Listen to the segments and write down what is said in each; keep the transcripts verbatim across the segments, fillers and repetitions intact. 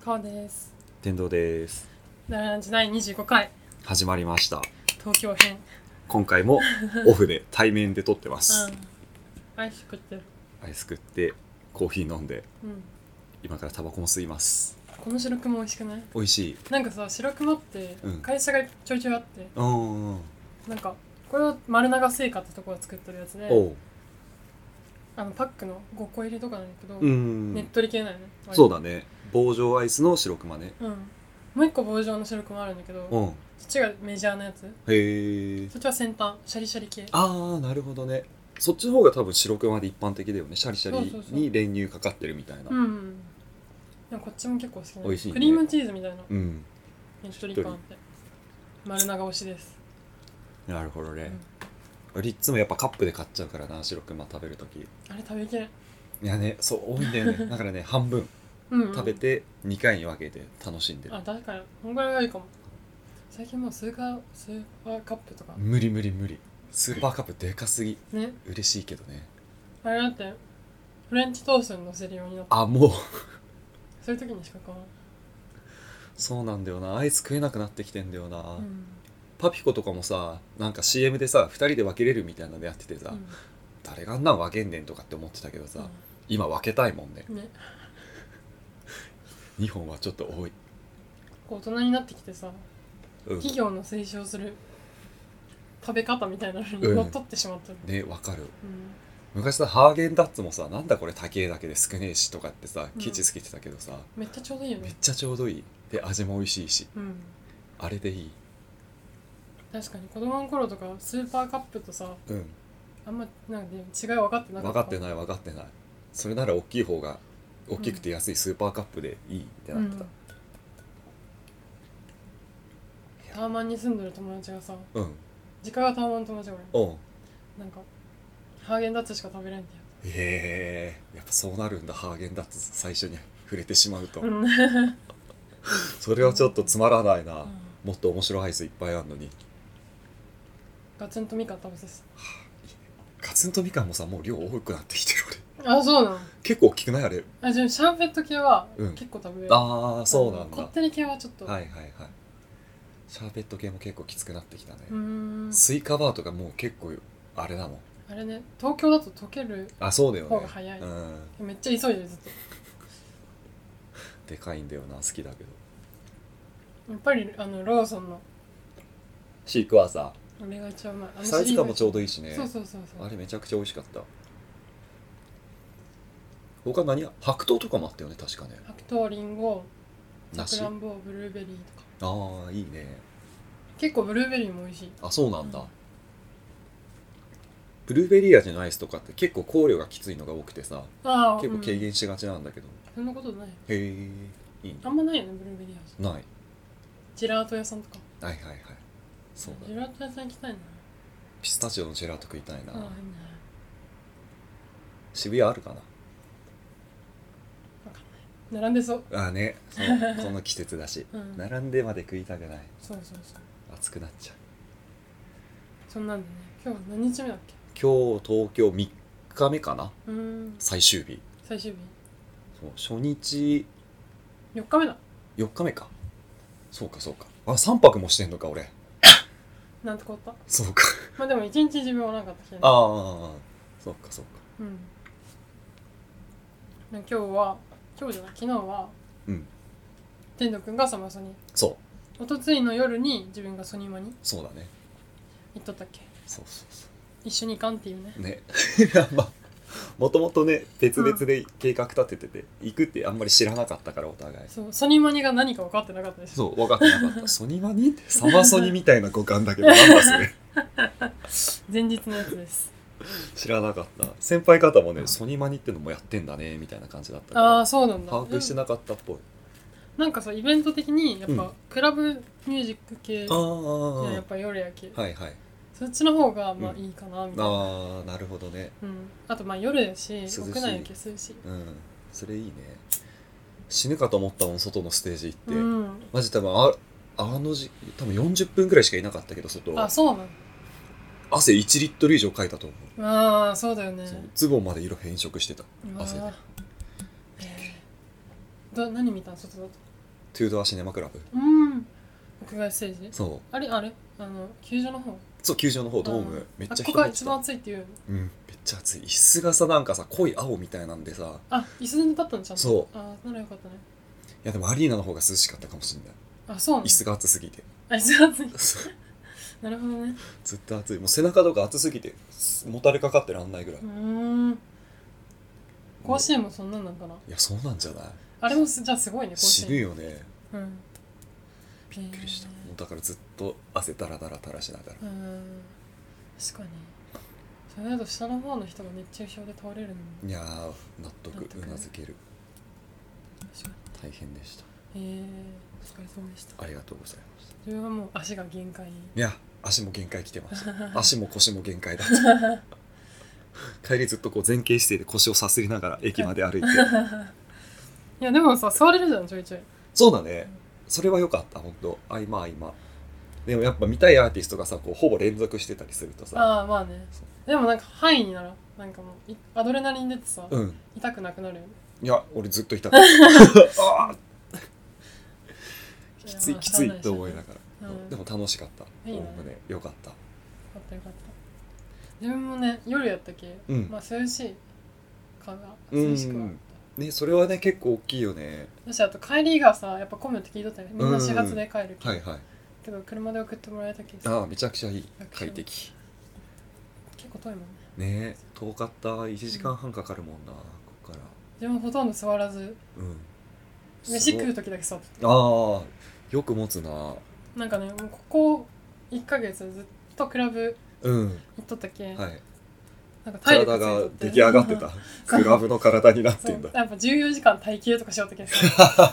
川です。 天童です。 ダラランチだいにじゅうごかい始まりました。 東京編。 今回もオフで対面で撮ってます、 うん、アイス食ってる。 アイス食ってコーヒー飲んで、 うん、 今からタバコも吸います。 この白熊美味しくない？ 美味しい。 なんかさ、白熊って会社がちょいちょいあって、 うん、 なんかこれは丸永製菓ってとこが作ってるやつで、 おう、 あのパックのごこ入りとかなんだけど、 うん、 ねっとり系なんよね。 そうだね。棒状アイスの白熊ね。 うん。もう一個棒状の白熊あるんだけど、うん、そっちがメジャーなやつ。 へえ。 そっちは先端シャリシャリ系。 ああ、なるほどね。そっちの方が多分白熊で一般的だよね。シャリシャリに練乳かかってるみたいな。 そうそうそう、うん。でもこっちも結構好きな、 美味しいね。 クリームチーズみたいな、 うん、 ねっとり感あって丸長推しです。 なるほどね、うん、俺いつもやっぱカップで買っちゃうからな、白熊食べるとき。あれ食べきれん。 いやね、そう多いんだよね。だからね、半分食べてにかいに分けて楽しんでる。 あ、だからこんぐらいがいいかも。最近もうスーパースーパーカップとか無理無理無理。スーパーカップでかすぎ、 ね、 嬉しいけどね。 あれだってフレンチトーストに乗せるようになった。 あ、もうそういう時にしか買わない。 そうなんだよな、アイス食えなくなってきてんだよな、うん、パピコとかもさ、なんか シーエム でさふたりで分けれるみたいなのやっててさ、うん、誰があんなん分けんねんとかって思ってたけどさ、うん、今分けたいもんね。ねにほんはちょっと多い。 大人になってきてさ、うん、企業の推奨する食べ方みたいなのにのっとってしまったる、 うん、ね、わかる、うん、昔さハーゲンダッツもさ、なんだこれ高えだけで少ねえしとかってさケチつけてたけどさ、 うん、めっちゃちょうどいいよね。 めっちゃちょうどいい。で味も美味しいし、うん、あれでいい。 確かに子供の頃とかスーパーカップとさ、うん、あんまなんか、ね、違い分かってなかった。 分かってない分かってない。それなら大きい方が大きくて安いスーパーカップでいいってなってた、うん、 タワマンに住んでる友達がさ、うん、実家がタワマンの友達がおる。なんかハーゲンダッツしか食べれんってやつ。 へえ、やっぱそうなるんだ。ハーゲンダッツ最初に触れてしまうとそれはちょっとつまらないな、うん、もっと面白いアイスいっぱいあるのに。 ガツンとみかん食べさせた、はあ、ガツンとみかんもさ、もう量多くなってきてる俺。 あ、そうなの。 結構大きくないあれ。 あ、じゃあシャーベット系は結構食べれる、うん、 ああ、そうなんだ。 こってり系はちょっと。 はいはいはい。シャーベット系も結構きつくなってきたね。うーん、スイカバーとかもう結構あれだもん。 あれね、東京だと溶ける方が早い。 うん、 めっちゃ急いでるずっとでかいんだよな、好きだけど。 やっぱりあのローソンのシークワーサー、 あれが一番うまい。あのサイズ感もちょうどいいしね。 そうそうそうそう、 あれめちゃくちゃ美味しかった。他何、白桃とかもあったよね確かね。 白桃、リンゴ、さくらんぼ、ブルーベリーとか。 ああ、いいね。 結構ブルーベリーも美味しい。 あ、そうなんだ、うん、ブルーベリー味のアイスとかって結構香料がきついのが多くてさ、あ、結構軽減しがちなんだけど、 うん、そんなことない。へえ、いいね。 あんまないよねブルーベリー味。 ない。 ジェラート屋さんとか。 はいはいはい、そうだ。 ジェラート屋さん行きたいな。 ピスタチオのジェラート食いたいな。ああ、いいね。渋谷あるかな。 並んでそう。 ああね、そうこの季節だし、うん、並んでまで食いたくない。 そうそうそう、 暑くなっちゃう。 そんなんでね、今日何日目だっけ。 今日東京みっかめかな。うん、最終日。 最終日。 そう、初日よっかめだ。 よっかめか。そうかそうか。あ、さんぱくもしてんのか俺なんてこった。 そうかまあでも一日自分はなかったし、ね、 ああ、そうかそうか。うん、 今日は今日じゃない昨日は、うん、天童くんがサマソニ。 そう。 おとついの夜に自分がソニマに。 そうだね。 行っとったっけ。 そうそうそう。 一緒に行かんっていうね。 ね。まあもともとね別々で計画立ててて、うん、行くってあんまり知らなかったからお互い。 そう、ソニマニが何か分かってなかったです。 そう、分かってなかったソニマニってサマソニみたいな語感だけどなんだそれ前日のやつです。 知らなかった。先輩方もね、ソニマニってのもやってんだねみたいな感じだったから。 ああ、そうなんだ。 把握してなかったっぽい。 なんかさ、イベント的にやっぱ、うん、クラブミュージック系、あ、やっぱ夜やけ、はいはい、そっちの方がまあいいかなみたいな、うん、 ああ、なるほどね、うん、 あとまあ夜やし屋内やけ涼しい、 うん、それいいね。死ぬかと思ったもん外のステージ行って、うん、マジ多分ああのじ多分よんじゅっぷんぐらいしかいなかったけど外は。 あ、そうなの。 汗いちリットル以上かいたと思う。 ああ、そうだよね。 ズボンまで色変色してた汗で。 えー、だ何見たん外だと。 トゥードアシネマクラブ。 うん屋外ステージ。 そうあれあれあの球場の方。 そう球場の方ドームめっちゃ人が一番暑いっていう。 うんめっちゃ暑い。椅子がさなんかさ濃い青みたいなんでさ。 あ椅子で立ったのちゃんと。 そうあならよかったね。 いやでもアリーナの方が涼しかったかもしれない。 あそう椅子が暑すぎて。 あ椅子が暑いなるほどね。 ずっと暑い。もう背中とか暑すぎてもたれかかってらんないぐらい。うーん甲子園もそんなんなんかな。 いやそうなんじゃない。 あれもじゃあすごいね甲子園。 渋いよね。 うんびっくりした。もうだからずっと汗だらだら垂らしながら。 うん確かにそれだと下の方の人が熱中症で倒れるの。 いやー納得うなずける。 確かに大変でした。 えー、お疲れ様でした。 ありがとうございました。 自分はもう足が限界。 いや足も限界来てました足も腰も限界だった帰りずっとこう前傾姿勢で腰をさすりながら駅まで歩いていやでもさ座れるじゃんちょいちょい。 そうだねそれは良かった本当合間合間でもやっぱ見たいアーティストがさこうほぼ連続してたりするとさああまあねでもなんか範囲にならなんかもうアドレナリン出てさ、うん、痛くなくなるよね。 いや俺ずっと痛かったあきついきついと思いながら、うん、でも楽しかった。おおむねよかった。よかったよかった。自分もね夜やったっけ、うん、まあ涼しいかが涼しくはあった。 ねそれはね結構大きいよね。 私あと帰りがさやっぱ混むって聞いとったよね。みんな始発で帰るけど、 はいはい。 けど車で送ってもらえたけどさあめちゃくちゃいい快適。 結構遠いもんね。ね遠かったいちじかんはんかかるもんな、うん、ここから。 自分ほとんど座らず、うん、飯食う時だけ座ってた。 ああよく持つな。 なんかねもうここいっかげつずっとクラブ行っとったっけ、うん、はい、 なんか体力ついとって体が出来上がってたクラブの体になってんだ。 やっぱじゅうよじかん耐久とかしようときさ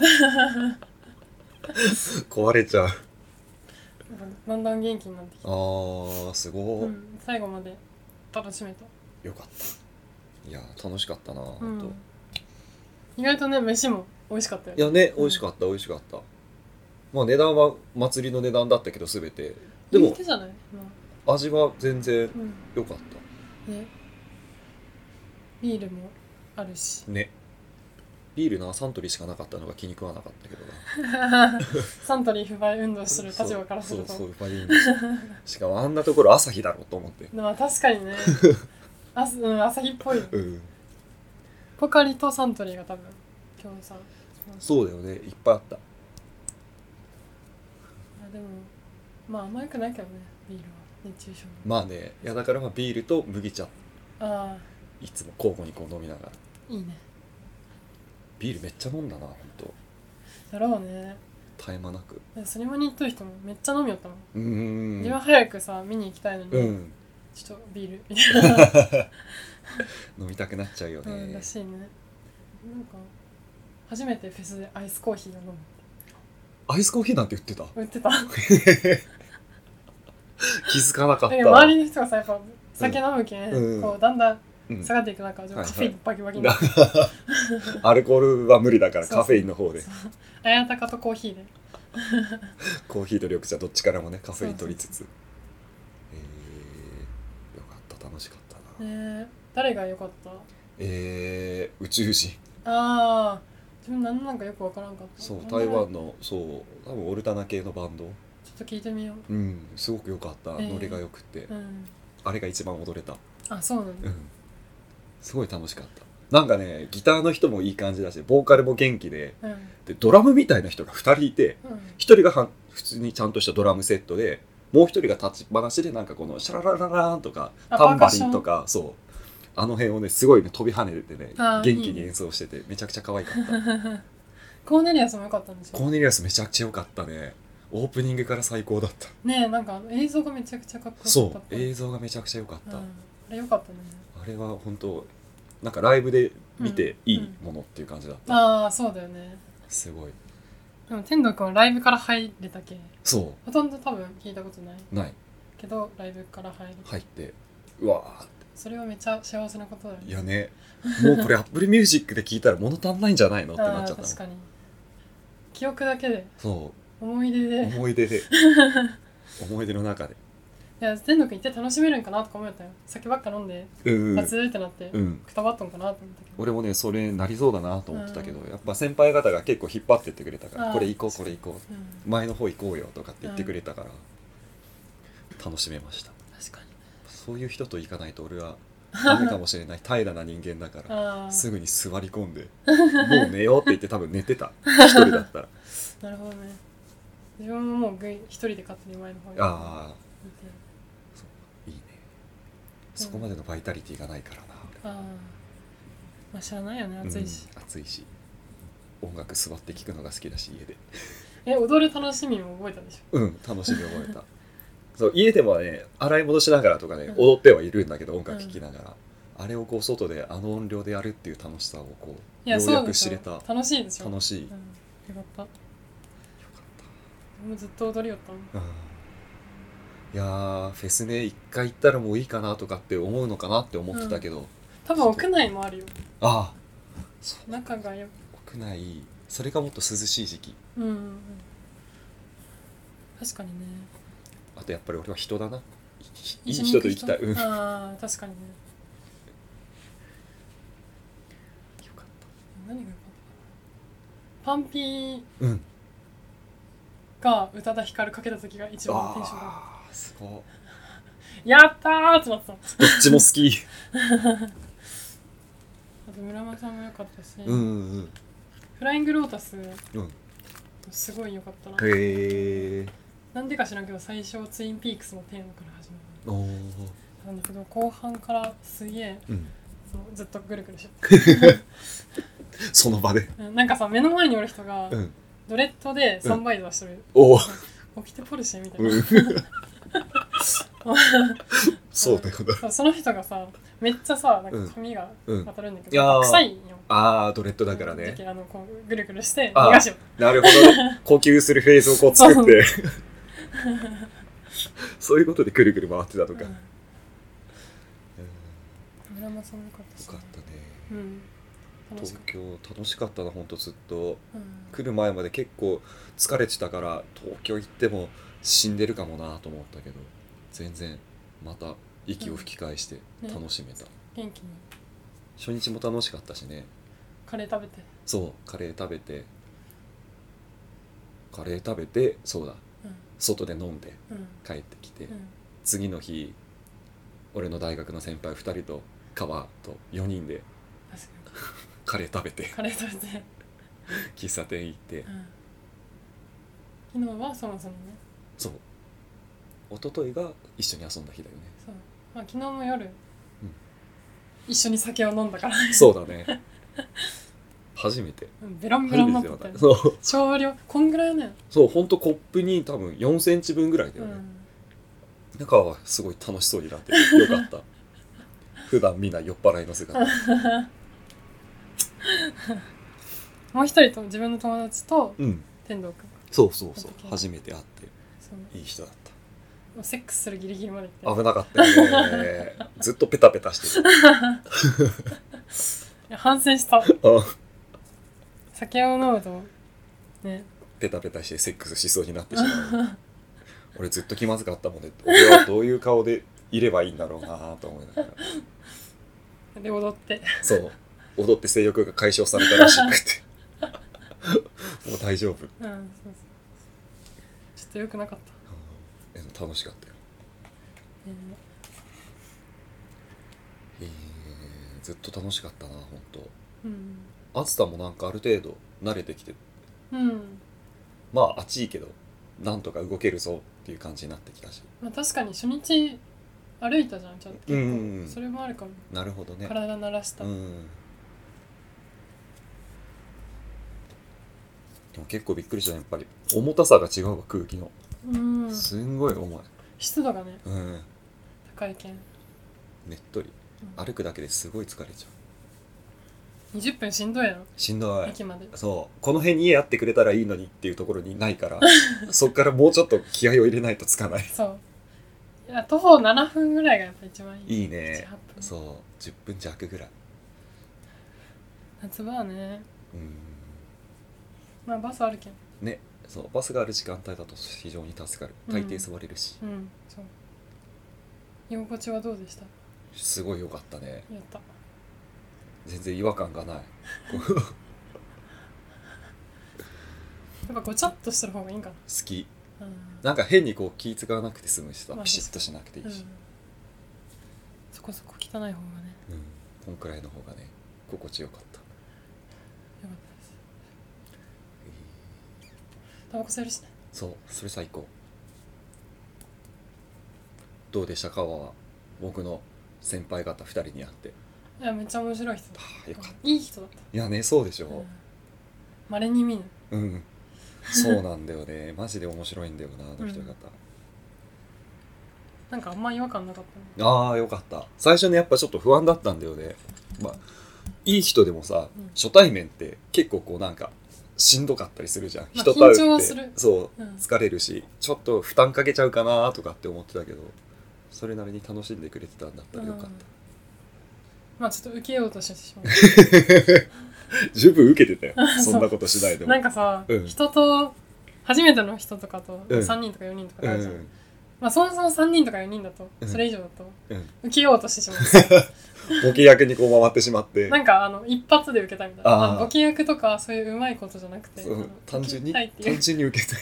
壊れちゃう。 だんだん元気になってきた。 あーすごい、うん、 最後まで楽しめた。 よかった。いや楽しかったな、うん、ほんと意外とね飯も美味しかったよね。いやね美味しかった、うん、美味しかった。まあ値段は祭りの値段だったけど全てでもじゃない、 まあ、味は全然良かった、 うん、ねビールもあるしね。ビールなサントリーしかなかったのが気に食わなかったけどなサントリー不買運動する立場からするとそうそう不買運動しかもあんなところ朝日だろうと思ってまあ確かにねあ、うん、朝日っぽい、うん、ポカリとサントリーが多分今日さそうだよねいっぱいあった。 でもまあ甘くないけどねビールは熱中症。 まあねいやだからまあビールと麦茶あいつも交互にこう飲みながら。 いいね。 ビールめっちゃ飲んだなほんと。 だろうね絶え間なく。 それもに行っとる人もめっちゃ飲みよったもん。 うんうんうん自分早くさ見に行きたいのに、うん、ちょっとビールみたいな飲みたくなっちゃうよね、 うん、らしいね。なんか初めてフェスでアイスコーヒーを飲む。 アイスコーヒーなんて売ってた売ってた気づかなかった。 周りの人がさやっぱ酒飲むけん、うん、こうだんだん下がっていく中、うん、カフェインバキバキになって、はいはい、 アルコールは無理だからカフェインの方であやたかとコーヒーでコーヒーと緑茶どっちからもねカフェイン取りつつ。えー、よかった楽しかったな、 えー、誰がよかった？ えー、宇宙人。 ああ自分何なんかよくわからんかった。 そう台湾のそう多分オルタナ系のバンド。 ちょっと聞いてみよう。 うんすごくよかった、えー、ノリがよくて、うん、あれが一番踊れた。 あそうなんだ、うん、 すごい楽しかった。なんかねギターの人もいい感じだしボーカルも元気で、うん、でドラムみたいな人がふたりいて、うん、ひとりがは普通にちゃんとしたドラムセットでもうひとりが立ちっぱなしでなんかこのシャララララーンとかタンバリンとかそうあの辺をねすごいね飛び跳ねてね元気に演奏しててめちゃくちゃ可愛かったコーネリアスも良かったんですよ。 コーネリアスめちゃくちゃ良かったね。オープニングから最高だったねえ。なんか映像がめちゃくちゃかっこよかった。 そう映像がめちゃくちゃ良かった、うん、あれ良かったね。 あれは本当なんかライブで見ていいものっていう感じだった、 うんうん、ああそうだよね。 すごい。 でも天童くんはライブから入れたけそうほとんど多分聞いたことないないけどライブから入る入ってうわーってそれはめっちゃ幸せなことだよね。 いやねもうこれ Apple Music で聞いたら物足んないんじゃないのってなっちゃったの。 確かに記憶だけでそう思い出で思い出で思い出の中でいや天童くん行って楽しめるんかなとか思ったよ。酒ばっか飲んでバツーってなって、うん、くたばっとんかなと思ったけど、 俺もねそれなりそうだなと思ってたけど、うん、やっぱ先輩方が結構引っ張ってってくれたからこれ行こうこれ行こう、うん、前の方行こうよとかって言ってくれたから、うん、楽しめました。 確かにそういう人と行かないと俺はダメかもしれない平らな人間だからすぐに座り込んでもう寝ようって言って多分寝てた一人だったらなるほどね。自分ももう一人で勝手に前の方にああいいね、そこまでのバイタリティがないからな、うん、あまあ知らないよね、暑いし、 うん、暑いし音楽座って聴くのが好きだし家でえ踊る楽しみも覚えたでしょ。うん楽しみ覚えたそう家でもね洗い戻しながらとかね、うん、踊ってはいるんだけど音楽聴きながら、うん、あれをこう外であの音量でやるっていう楽しさをこうようやく知れた。 楽しいでしょ。 楽しい、 うん、よかったよかったもうずっと踊りよったの、うん、 いやーフェスね一回行ったらもういいかなとかって思うのかなって思ってたけど、うん、 多分屋内もあるよ。 ああそう中がよ屋内それがもっと涼しい時期、 うん、うん、確かにね。 あとやっぱり俺は人だな。いい人と行きたい。うん、 ああ確かにね。 よかった。 何がよかったパンピーが宇多田ヒカルかけた時が一番テンションがああすごい。やったーってなってた。どっちも好きあと村間さんも良かったし、 うんうん、 フライングロータス、 うん、 すごい良かったな。 へえ。 なんでか知らんけど最初ツインピークスのテーマから始まるなんだけど後半からすげえ、うん、ずっとぐるぐるしちゃってその場でなんかさ目の前におる人が、うん、ドレッドでさんばい出しとる、 うん、お起きてポルシェみたいな、うん、 そうだよな。 その人がさめっちゃさなんか髪が当たるんだけど、うん、臭いよ。 ああドレッドだからね、 うん、あのこうぐるぐるして逃がしよう。 なるほどね呼吸するフェーズをこう作ってそういうことでくるくる回ってたとか、 村間さんもよかったし、ね、 よかったね、 うん、 東京楽しかったなほんとずっと、うん、来る前まで結構疲れてたから東京行っても死んでるかもなと思ったけど全然また息を吹き返して楽しめた、 うんね、元気に初日も楽しかったしね。 カレー食べてそうカレー食べてカレー食べてそうだ、うん、外で飲んで帰ってきて、うん、次の日俺の大学の先輩ふたりと川とよにんでカレー食べてカレー食べて喫茶店行って、 うん、昨日はそもそもねそう一昨日が一緒に遊んだ日だよね。 そう、まあ、昨日も夜、うん、一緒に酒を飲んだからそうだね初めてベロンベロンになってたよね。そう少量こんぐらいね。 そうほんとコップに多分よんセンチぶんぐらいだよね、うん、中はすごい楽しそうになっててよかった普段見ない酔っ払いの姿もう一人と自分の友達と、うん、天童くんそうそうそう初めて会っていい人だった。 セックスするギリギリまで行って危なかったよねずっとペタペタしてたいや反省した酒を飲むとねペタペタしてセックスしそうになってしまう俺ずっと気まずかったもんね。俺はどういう顔でいればいいんだろうなと思いながらで踊ってそう踊って性欲が解消されたらしくてもう大丈夫、うん、そうそうちょっと良くなかった、 うん、楽しかったよ、えーえー、ずっと楽しかったな本当、うん、暑さもなんかある程度慣れてきて、うん、まあ暑いけどなんとか動けるぞっていう感じになってきたし、 まあ、確かに初日歩いたじゃんちゃんと、うんうん、それもあるかも。 なるほどね体慣らした、うん、 でも結構びっくりしたねやっぱり重たさが違うわ空気の、うん、すんごい重い湿度がね、 うん、 高いけんねっとり、うん、歩くだけですごい疲れちゃう。にじゅっぷんしんどいやろしんどい駅まで。 そうこの辺に家あってくれたらいいのにっていうところにないからそっからもうちょっと気合を入れないとつかない。 そういや徒歩ななふんぐらいがやっぱ一番いい。 いいね。そうじゅっぷん弱ぐらい夏場はね。うんまあバスあるけんね。そうバスがある時間帯だと非常に助かる。大抵座れるし、 うん、うん、そう居心地はどうでした？ すごい良かったね。 やった。 全然違和感がない。やっぱごちゃっとしてる方がいいんかな。 好き、 うん、 なんか変にこう気使わなくて済むしさ、 まあ、 ピシッとしなくていいし、うん、 そこそこ汚い方がね、 うん、こんくらいの方がね心地よかった。よかったです。 タバコ吸えるしね。 そう、それ最高。どうでしたかは僕の先輩方ふたりに会って。 いやめっちゃ面白い人だった。 よかった。 いい人だった。 いやね、そうでしょ。 まれ、うん、に見ぬ。 うん、そうなんだよね。マジで面白いんだよな、あの人方、うん、 なんかあんま違和感なかったね。ああよかった。最初ねやっぱちょっと不安だったんだよね。まあいい人でもさ、うん、初対面って結構こうなんかしんどかったりするじゃん、まあ、人と会うってそう、うん、疲れるしちょっと負担かけちゃうかなとかって思ってたけど、それなりに楽しんでくれてたんだったらよかった、うん、 まあちょっと受けようとしてしまう十分受けてたよそんなことしないでもなんかさ、うん、人と初めての人とかとさんにんとかよにんとかあるじゃん、うん、まあそもそもさんにんとかよにんだと、うん、それ以上だと、うん、受けようとしてしまうボケ役にこう回ってしまってなんかあの一発で受けたいみたいな、ボケ役とかそういううまいことじゃなくて、 単純に単純に受けたい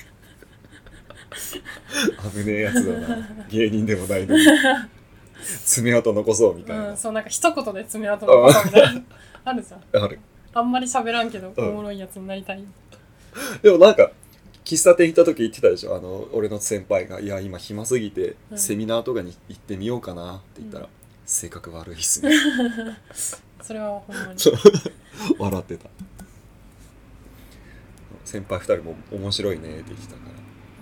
危ねえやつだな芸人でもないのに爪痕残そうみたいな、 うん、そうなんか一言で爪痕残そうみたいなあるじゃん。 ある。 あんまり喋らんけどおもろいやつになりたい、うん、 でもなんか喫茶店行った時言ってたでしょ、あの俺の先輩がいや今暇すぎてセミナーとかに行ってみようかなって言ったら、うん、性格悪いっすねそれはほんまに笑ってた。先輩ふたりも面白いねって言ってたから、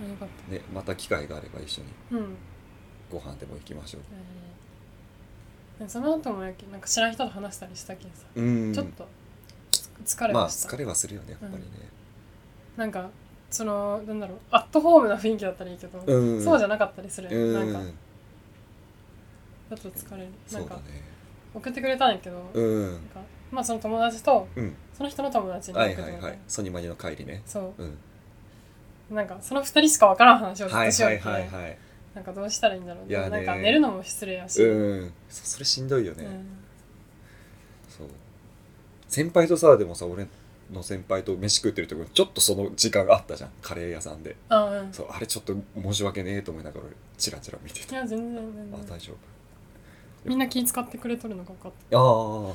よかった、 ね、また機会があれば一緒にご飯でも行きましょう、 うん、その後もなんか知らん人と話したりしたけどさ、うん、ちょっと疲れました。 まあ疲れはするよねやっぱりね、 うん、なんかそのなんだろうアットホームな雰囲気だったらいいけど、うん、そうじゃなかったりする、うん、なんかちょっと疲れる。なんか、ね、送ってくれたんやけど、うん、なんかまあその友達と、うん、その人の友達に送ってもらった、はいはいはい、 ソニマニの帰りね。 そう、うん、なんかそのふたりしか分からん話をずっとしようって、 はいはいはいはい、 なんかどうしたらいいんだろう。いや、ね、なんか寝るのも失礼やし、 うん、それしんどいよね、うん、そう先輩とさ、でもさ俺の先輩と飯食ってるところちょっとその時間があったじゃん、カレー屋さんで。 あ,、うん、そうあれちょっと申し訳ねえと思いながらチラチラ見てた。 いや全然全然、 あ大丈夫、 みんな気使ってくれとるのか分かった。 ああよかった、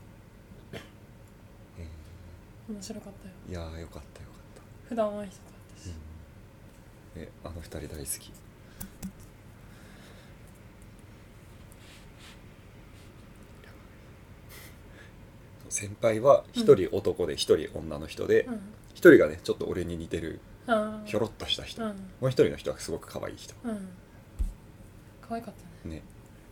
えー、面白かったよ。 いやよかったよかった。 普段は人だったし、 うん、えあの二人大好き。先輩は一人男で一人女の人で、うん、一人がねちょっと俺に似てるひょろっとした人、うん、もう一人の人はすごく可愛い人、うん、 可愛かったね。ね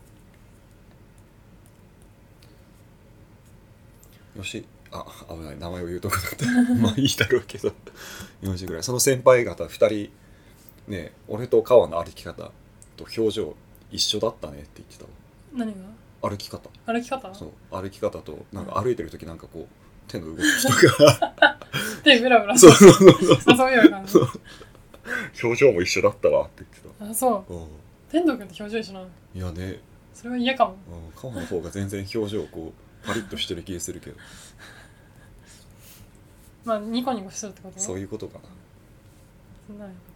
よし、あ危ない名前を言うとこだったまあいいだろうけどよじぐらいその先輩方ふたりね、俺と川の歩き方と表情一緒だったねって言ってたわ。 何が？ 歩き方歩き方そう歩き方となんか歩いてる時なんかこう手の動きとか手ブラブラそうそうそうそうそういう感じ表情も一緒だったわって言ってた。あそう、うん、天童君って表情一緒なの？ いやねそれは嫌かも、 うん、川の方が全然表情こうパリッとしてる気がするけどまあニコニコしてるってこと？ そういうことかな。 そんなよかった、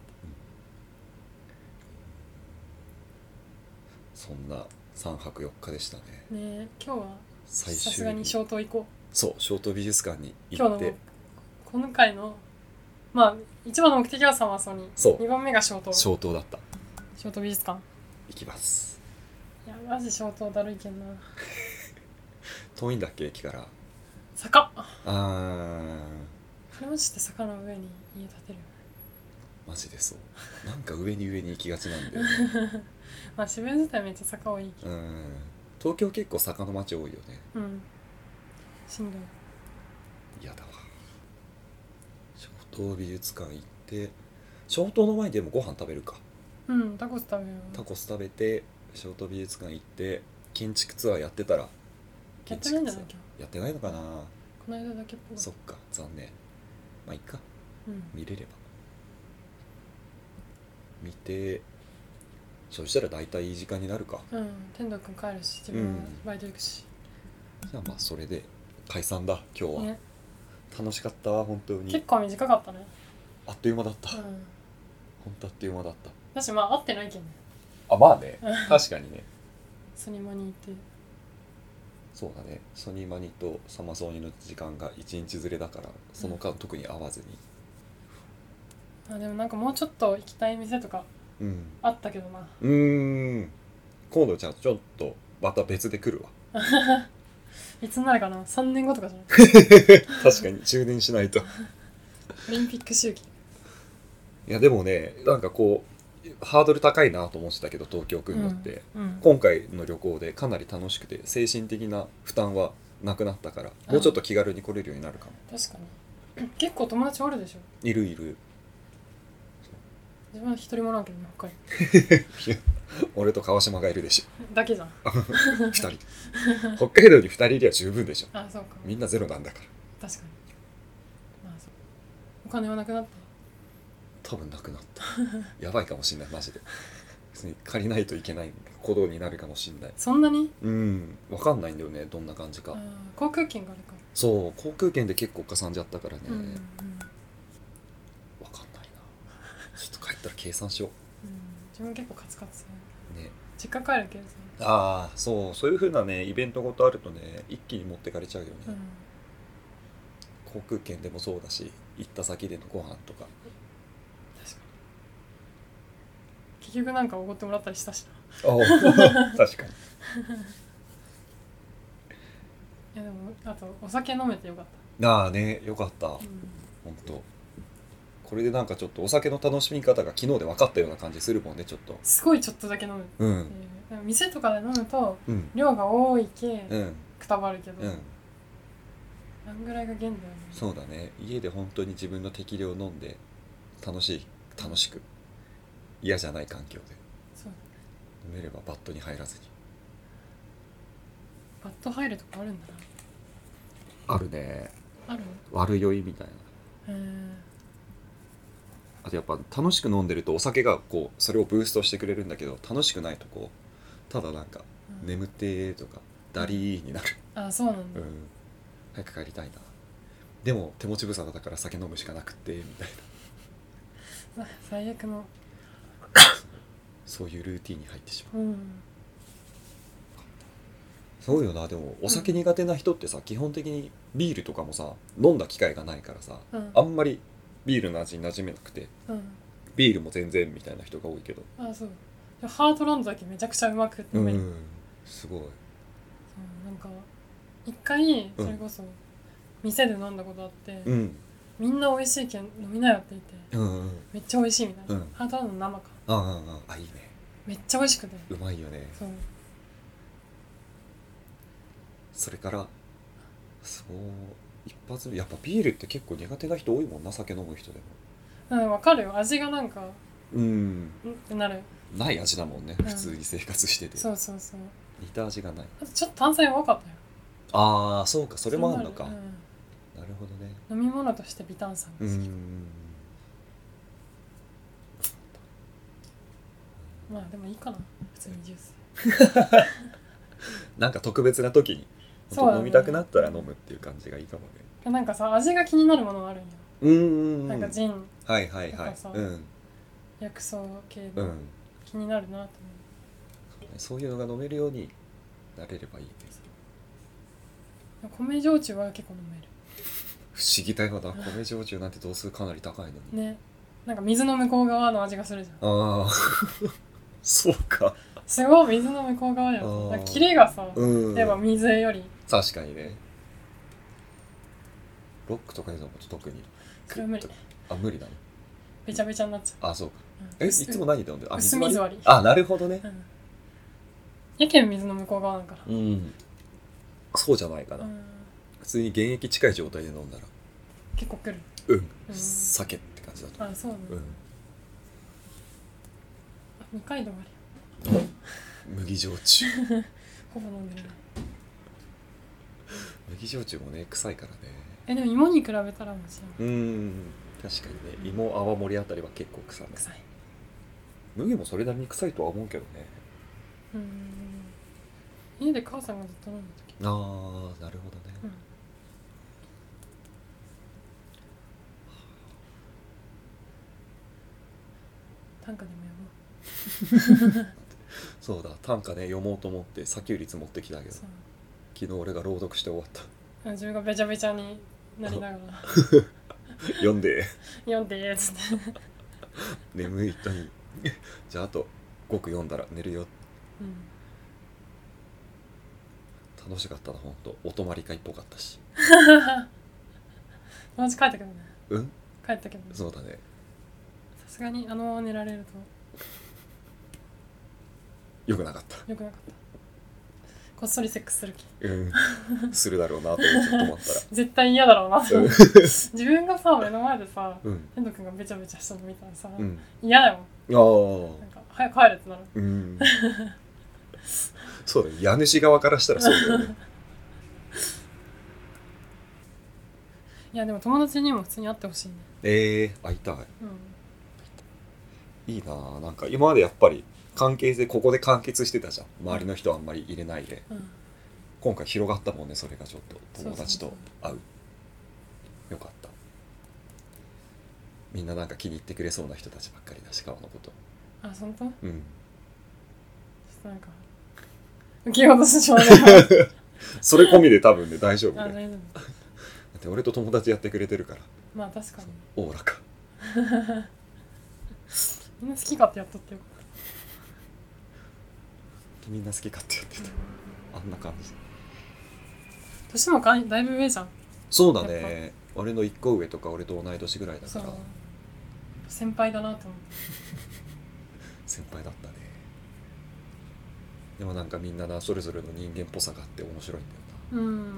うん、そんなさんはくよっかでしたね。 ねえ今日はさすがに小東行こう。 そう小東美術館に行って今日の今回のまあ一番の目的はサマーソニー、にばんめが小東小東だった。 小東美術館行きます。 いやマジ小東だるいけんな遠いんだっけ駅から。 坂ああ金持ちって坂の上に家建てるよね。 マジでそうなんか上に上に行きがちなんだよねまあ渋谷自体めっちゃ坂多いけど、 うん東京結構坂の街多いよね。 うんしんどい。 嫌だわ。小東美術館行って小東の前にでもご飯食べるか。 うんタコス食べる。 タコス食べて小東美術館行って建築ツアーやってたらやってないんじゃない？ やってないのかな。 この間だけっぽい。 そっか残念。まあいいか、うん、見れれば見てそしたら大体いい時間になるか。 うん、天童くん帰るし自分はバイト行くし、 うん、じゃあまあそれで解散だ今日は、ね、楽しかったわ本当に。 結構短かったね。 あっという間だった、うん、 ほんとあっという間だった。 私まあ会ってないけどね。 あまあね確かにね。 ソニマにいて、 そうだね、ソニマニとサマソーニの時間がいちにちずれだからその間特に会わずに、 うん、あでもなんかもうちょっと行きたい店とかあったけどな。 うん、うーん今度じゃあちょっとまた別で来るわいつになるかな、さんねんごとかじゃない確かに充電しないとオリンピック周期。 いやでもねなんかこうハードル高いなと思ってたけど東京来るのって、 うんうん、 今回の旅行でかなり楽しくて精神的な負担はなくなったからもうちょっと気軽に来れるようになるかも。 確かに結構友達おるでしょ。 いるいる。 自分は一人もおらんけどね他に俺と川島がいるでしょだけじゃんふたり北海道にふたりいりゃ十分でしょ。 あそうか、 みんなゼロなんだから確かに。まあそう、お金はなくなった。 多分なくなったやばいかもしんないマジで。別に借りないといけない行動になるかもしんない。 そんなに？ うん分かんないんだよねどんな感じか。 航空券があるから。 そう航空券で結構かさんじゃったからね、うんうん、分かんないな。ちょっと帰ったら計算しよう、 うん、自分結構カツカツね。 実家帰るけどさ。 ああそうそういう風なねイベントごとあるとね一気に持ってかれちゃうよね、うん、航空券でもそうだし行った先でのご飯とか。 結局なんかおごってもらったりしたしな。あ確かにいやでもあとお酒飲めてよかった。 ああねよかった、うん、ほんとこれでなんかちょっとお酒の楽しみ方が昨日で分かったような感じするもんね。ちょっとすごいちょっとだけ飲む、うん、店とかで飲むと量が多いけ、うん、くたばるけど、うん、あんぐらいが限度よね。 そうだね家で本当に自分の適量飲んで楽しい楽しく嫌じゃない環境でそう飲めればバットに入らずに。 バット入るとかあるんだな。あるね。 ある悪酔いみたいな。へえ。あとやっぱ楽しく飲んでるとお酒がこうそれをブーストしてくれるんだけど楽しくないとこうただなんか眠ってとか、うん、ダリーになる。 あそうなんだ、うん、 早く帰りたいな。でも手持ち無沙汰だから酒飲むしかなくってみたいな最悪のそういうルーティンに入ってしまう、うん、そうよな。でもお酒苦手な人ってさ、うん、基本的にビールとかもさ飲んだ機会がないからさ、うん、あんまりビールの味に馴染めなくて、うん、ビールも全然みたいな人が多いけど。 あそうハートランドだけめちゃくちゃうまく飲める、うん、 すごい。 そうなんか一回それこそ店で飲んだことあって、うん、みんな美味しいけん飲みなよって言って、うんうん、めっちゃ美味しいみたいな、うん、ハートランドの生かああああいいね。 めっちゃ美味しくてうまいよね。そうそれからそう一発目やっぱビールって結構苦手な人多いもんな酒飲む人でも。うん分かるよ味がなんかうんってなるない味だもんね、うん、普通に生活してて。 そうそうそう似た味がない。 あとちょっと炭酸弱かったよ。 ああそうかそれもあるのか、うん、なるほどね。 飲み物として微炭酸が好き。うんまあでもいいかな普通にジュースなんか特別な時に飲みたくなったら飲むっていう感じがいいかもね。なんかさ味が気になるものがあるんよ。うんうんうんなんかジンはいはいはいとかさ、うん、薬草系の気になるなと思う、 うん、そういうのが飲めるようになれればいいです。 米焼酎は結構飲める。 不思議だよな米焼酎なんて度数かなり高いのにね。なんか水の向こう側の味がするじゃん。ああそうかすごい水の向こう側じゃん。なんかキレがさ、うん、やっぱ水より確かにね。ロックとかで飲むと特にそれは無理。 あ無理だね。 べちゃべちゃになっちゃう。 あそうか、うん、えいつも何で飲んでる。あ薄水割り。 あなるほどね、うん、 やけん水の向こう側だから、 うん、そうじゃないかな、うん、普通に現役近い状態で飲んだら結構くる。 うん、うん、酒って感じだと。 あそうね、うん、あ二階堂あるよ麦焼酎ほぼ飲んでるな。 麦焼酎もね臭いからね。 えでも芋に比べたらもちろん。 うん確かにね芋泡盛あたりは結構臭い。 臭い。 麦もそれなりに臭いとは思うけどね。 うん、家で母さんがずっと飲んだ時。 ああ、なるほどね、うん、 短歌でも読もうそうだ、短歌ね読もうと思って砂丘率持ってきたけど、昨日俺が朗読して終わった。 自分がべちゃべちゃになりながら読んで読んでっつって眠い人にじゃああとごく読んだら寝るよ、うん、楽しかったな、ほんとお泊まり会っぽかったし友達帰ったけどね。 うん帰ったけど、ね、 そうだね。 さすがにあのまま寝られるとよくなかった。 よくなかった。こっそりセックスする気、 うん、するだろうなと思って泊まったら絶対嫌だろうなと思って自分がさ目の前でさ、うん、天童くんがべちゃべちゃしたの見たらさ、うん、嫌だもん。あ、なんか早く帰れってなる、うん、 そうだよ、家主側からしたらそうだよねいやでも友達にも普通に会ってほしいね。 えー、会いたい、うん、いいな。なんか今までやっぱり関係性ここで完結してたじゃん、周りの人あんまり入れないで、うん、今回広がったもんね、それがちょっと友達と会う。よかった。みんななんか気に入ってくれそうな人たちばっかりだし、川のこと。 あ、本当？うん。ちょっとなんか受けようとしてしまうねそれ込みで多分ね大丈夫ね。あ、大丈夫。だって俺と友達やってくれてるから。 まあ確かにおおらかみんな好き勝手やっとってよ。 みんな好き勝手やってた、うん、あんな感じ。 年もかだいぶ上じゃん。 そうだね、俺のいっこ上とか俺と同い年ぐらいだから。 先輩だなと思って先輩だったね。でもなんかみんななそれぞれの人間っぽさがあって面白いんだよな。うんうんうん、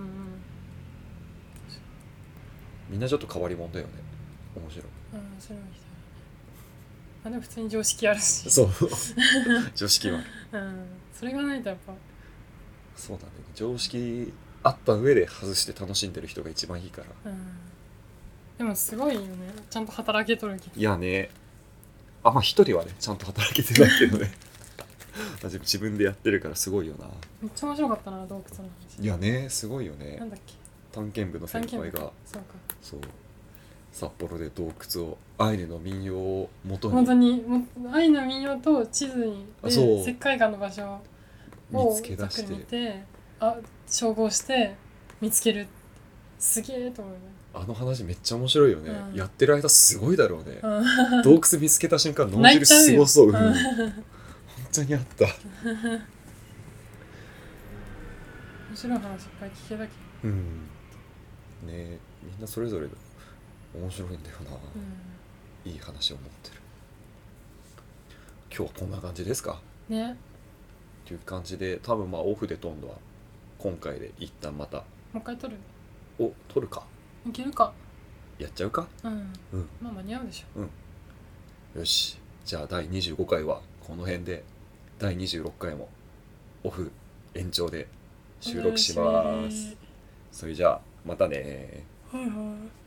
みんなちょっと変わり者だよね。面白い。 うん、面白い人。あ、でも普通に常識あるし。 そう常識はある、うん、それがないとやっぱ。 そうだね、常識あった上で外して楽しんでる人が一番いいから、うん、 でもすごいよね、ちゃんと働けとるけど。 いやね、あ、まあ一人はねちゃんと働けてないけどね自分でやってるからすごいよな。 めっちゃ面白かったな、洞窟の話。 いやね、すごいよね。 なんだっけ、 探検部の先輩が、 そうか、 そう札幌で洞窟をアイヌの民謡を元に本当にもアイヌの民謡と地図にで石灰岩の場所を見つけ出して見て、あ、照合して見つける。すげえと思うね。 あの話めっちゃ面白いよね、うん、やってる間すごいだろうね、うん、洞窟見つけた瞬間脳汁すごそう、うん、本当にあった面白い話いっぱい聞けたけど、うん、 ね、みんなそれぞれ面白いんだよな、うん、いい話を持ってる。今日はこんな感じですかね。という感じで、多分まあオフで今度は今回で一旦またもう一回撮る。 お、撮るか、 いけるか、 やっちゃうか、うん、 うん、まあ間に合うでしょ、 うん、よし、じゃあだいにじゅうごかいはこの辺で、だいにじゅうろっかいもオフ延長で収録します。それじゃあまたね。 はいはい。